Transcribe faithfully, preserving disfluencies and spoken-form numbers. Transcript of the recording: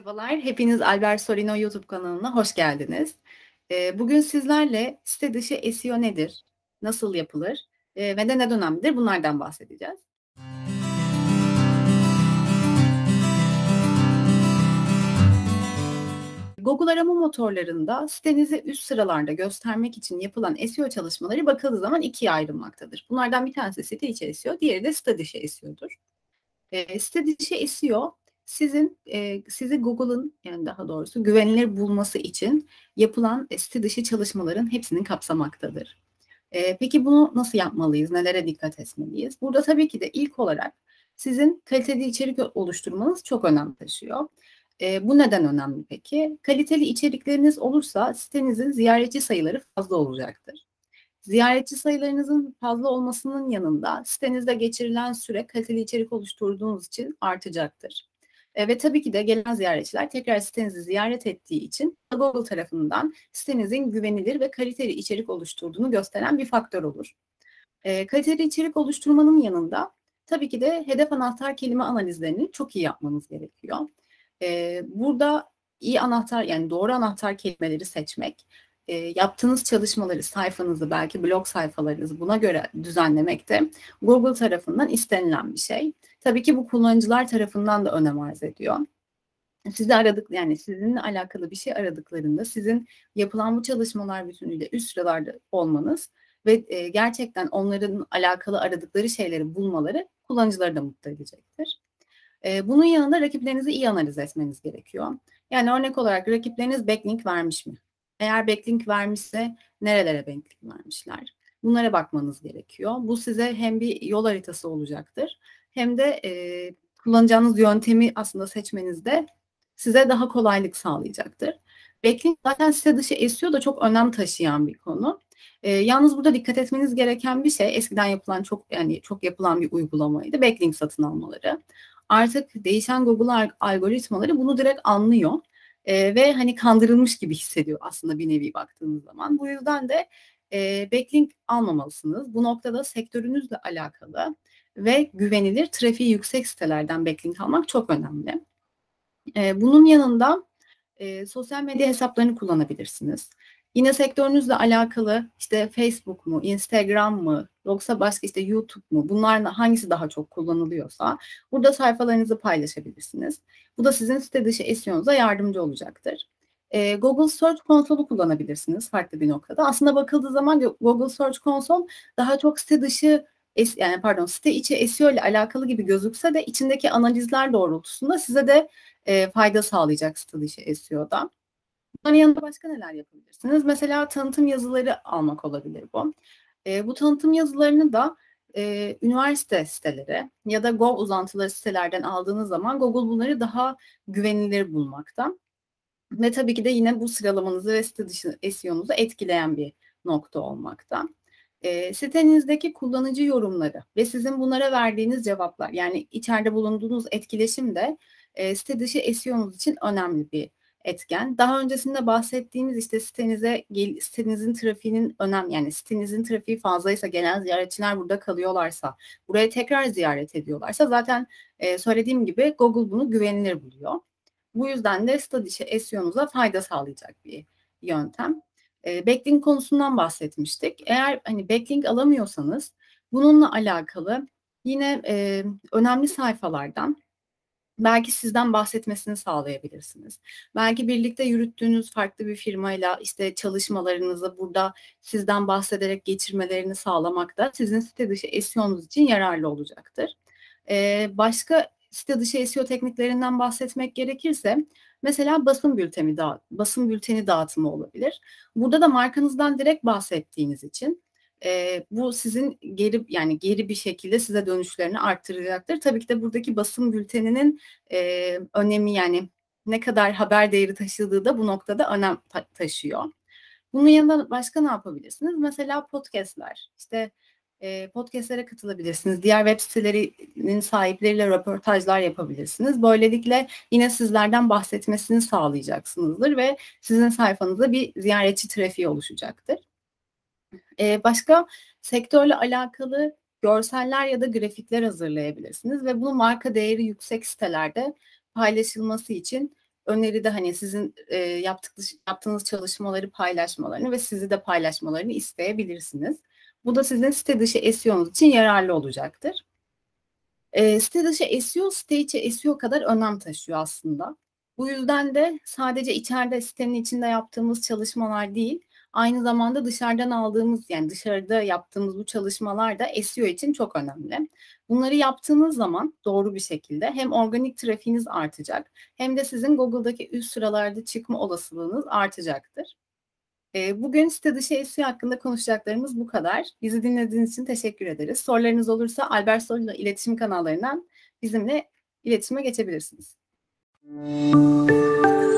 Merhabalar, hepiniz Albert Sorino YouTube kanalına hoş geldiniz. Ee, bugün sizlerle site dışı S E O nedir, nasıl yapılır e, ve de neden önemlidir bunlardan bahsedeceğiz. Google arama motorlarında sitenizi üst sıralarda göstermek için yapılan S E O çalışmaları bakıldığı zaman ikiye ayrılmaktadır. Bunlardan bir tanesi site içi S E O, diğeri de site dışı S E O'dur. E, site dışı S E O sizin e, sizi Google'ın yani daha doğrusu güvenilir bulması için yapılan e, site dışı çalışmaların hepsini kapsamaktadır. E, peki bunu nasıl yapmalıyız? Nelere dikkat etmeliyiz? Burada tabii ki de ilk olarak sizin kaliteli içerik oluşturmanız çok önem taşıyor. E, bu neden önemli peki? Kaliteli içerikleriniz olursa sitenizin ziyaretçi sayıları fazla olacaktır. Ziyaretçi sayılarınızın fazla olmasının yanında sitenizde geçirilen süre kaliteli içerik oluşturduğunuz için artacaktır. E, ve tabii ki de gelen ziyaretçiler tekrar sitenizi ziyaret ettiği için Google tarafından sitenizin güvenilir ve kaliteli içerik oluşturduğunu gösteren bir faktör olur. E, kaliteli içerik oluşturmanın yanında tabii ki de hedef anahtar kelime analizlerini çok iyi yapmanız gerekiyor. E, burada iyi anahtar yani doğru anahtar kelimeleri seçmek, e, yaptığınız çalışmaları, sayfanızı, belki blog sayfalarınızı buna göre düzenlemek de Google tarafından istenilen bir şey. Tabii ki bu kullanıcılar tarafından da önem arz ediyor. Sizi aradık yani sizinle alakalı bir şey aradıklarında sizin yapılan bu çalışmalar bütünüyle üst sıralarda olmanız ve e, gerçekten onların alakalı aradıkları şeyleri bulmaları kullanıcıları da mutlu edecektir. E, bunun yanında rakiplerinizi iyi analiz etmeniz gerekiyor. Yani örnek olarak rakipleriniz backlink vermiş mi? Eğer backlink vermişse nerelere backlink vermişler? Bunlara bakmanız gerekiyor. Bu size hem bir yol haritası olacaktır hem de e, kullanacağınız yöntemi aslında seçmenizde size daha kolaylık sağlayacaktır. Backlink zaten site dışı S E O'da çok önem taşıyan bir konu. E, yalnız burada dikkat etmeniz gereken bir şey eskiden yapılan çok yani çok yapılan bir uygulamaydı. Backlink satın almaları. Artık değişen Google algoritmaları bunu direkt anlıyor. E, ve hani kandırılmış gibi hissediyor aslında bir nevi baktığınız zaman. Bu yüzden de e, backlink almamalısınız. Bu noktada sektörünüzle alakalı ve güvenilir trafiği yüksek sitelerden backlink almak çok önemli. E, bunun yanında e, sosyal medya hesaplarını kullanabilirsiniz. Yine sektörünüzle alakalı işte Facebook mu, Instagram mı, yoksa başka işte YouTube mu, bunların hangisi daha çok kullanılıyorsa burada sayfalarınızı paylaşabilirsiniz. Bu da sizin site dışı S E O'nuza yardımcı olacaktır. E, Google Search Console'u kullanabilirsiniz farklı bir noktada. Aslında bakıldığı zaman Google Search Console daha çok site dışı yani pardon site içi S E O ile alakalı gibi gözükse de içindeki analizler doğrultusunda size de e, fayda sağlayacak site dışı S E O'da. Bunların yanında başka neler yapabilirsiniz? Mesela tanıtım yazıları almak olabilir bu. E, bu tanıtım yazılarını da e, üniversite siteleri ya da Go uzantıları sitelerden aldığınız zaman Google bunları daha güvenilir bulmakta. Ve tabii ki de yine bu sıralamanızı ve site dışı S E O'nuzu etkileyen bir nokta olmakta. E, sitenizdeki kullanıcı yorumları ve sizin bunlara verdiğiniz cevaplar, yani içeride bulunduğunuz etkileşim de e, site dışı S E O'nuz için önemli bir etken. Daha öncesinde bahsettiğimiz işte sitenize sitenizin trafiğinin önem yani sitenizin trafiği fazlaysa, gelen ziyaretçiler burada kalıyorlarsa, buraya tekrar ziyaret ediyorlarsa zaten e, söylediğim gibi Google bunu güvenilir buluyor. Bu yüzden de site dışı S E O'nuza fayda sağlayacak bir yöntem. E, backlink konusundan bahsetmiştik. Eğer hani backlink alamıyorsanız bununla alakalı yine e, önemli sayfalardan belki sizden bahsetmesini sağlayabilirsiniz. Belki birlikte yürüttüğünüz farklı bir firmayla işte çalışmalarınızı burada sizden bahsederek geçirmelerini sağlamak da sizin site dışı S E O'nuz için yararlı olacaktır. Ee, başka site dışı S E O tekniklerinden bahsetmek gerekirse mesela basın bülteni dağıt, basın bülteni dağıtımı olabilir. Burada da markanızdan direkt bahsettiğiniz için e, bu sizin geri yani geri bir şekilde size dönüşlerini arttıracaktır. Tabii ki de buradaki basın bülteninin e, önemi yani ne kadar haber değeri taşıdığı da bu noktada önem ta- taşıyor. Bunun yanında başka ne yapabilirsiniz? Mesela podcastler. İşte e, podcastlere katılabilirsiniz. Diğer web sitelerinin sahipleriyle röportajlar yapabilirsiniz. Böylelikle yine sizlerden bahsetmesini sağlayacaksınızdır ve sizin sayfanızda bir ziyaretçi trafiği oluşacaktır. E, başka sektörle alakalı görseller ya da grafikler hazırlayabilirsiniz ve bu marka değeri yüksek sitelerde paylaşılması için öneride hani sizin e, yaptık, yaptığınız çalışmaları paylaşmalarını ve sizi de paylaşmalarını isteyebilirsiniz. Bu da sizin site dışı S E O'nuz için yararlı olacaktır. E, site dışı S E O, site içi S E O kadar önem taşıyor aslında. Bu yüzden de sadece içeride sitenin içinde yaptığımız çalışmalar değil, aynı zamanda dışarıdan aldığımız, yani dışarıda yaptığımız bu çalışmalar da S E O için çok önemli. Bunları yaptığınız zaman doğru bir şekilde hem organik trafiğiniz artacak hem de sizin Google'daki üst sıralarda çıkma olasılığınız artacaktır. Bugün site dışı S E O hakkında konuşacaklarımız bu kadar. Bizi dinlediğiniz için teşekkür ederiz. Sorularınız olursa Albert Soy ile iletişim kanallarından bizimle iletişime geçebilirsiniz.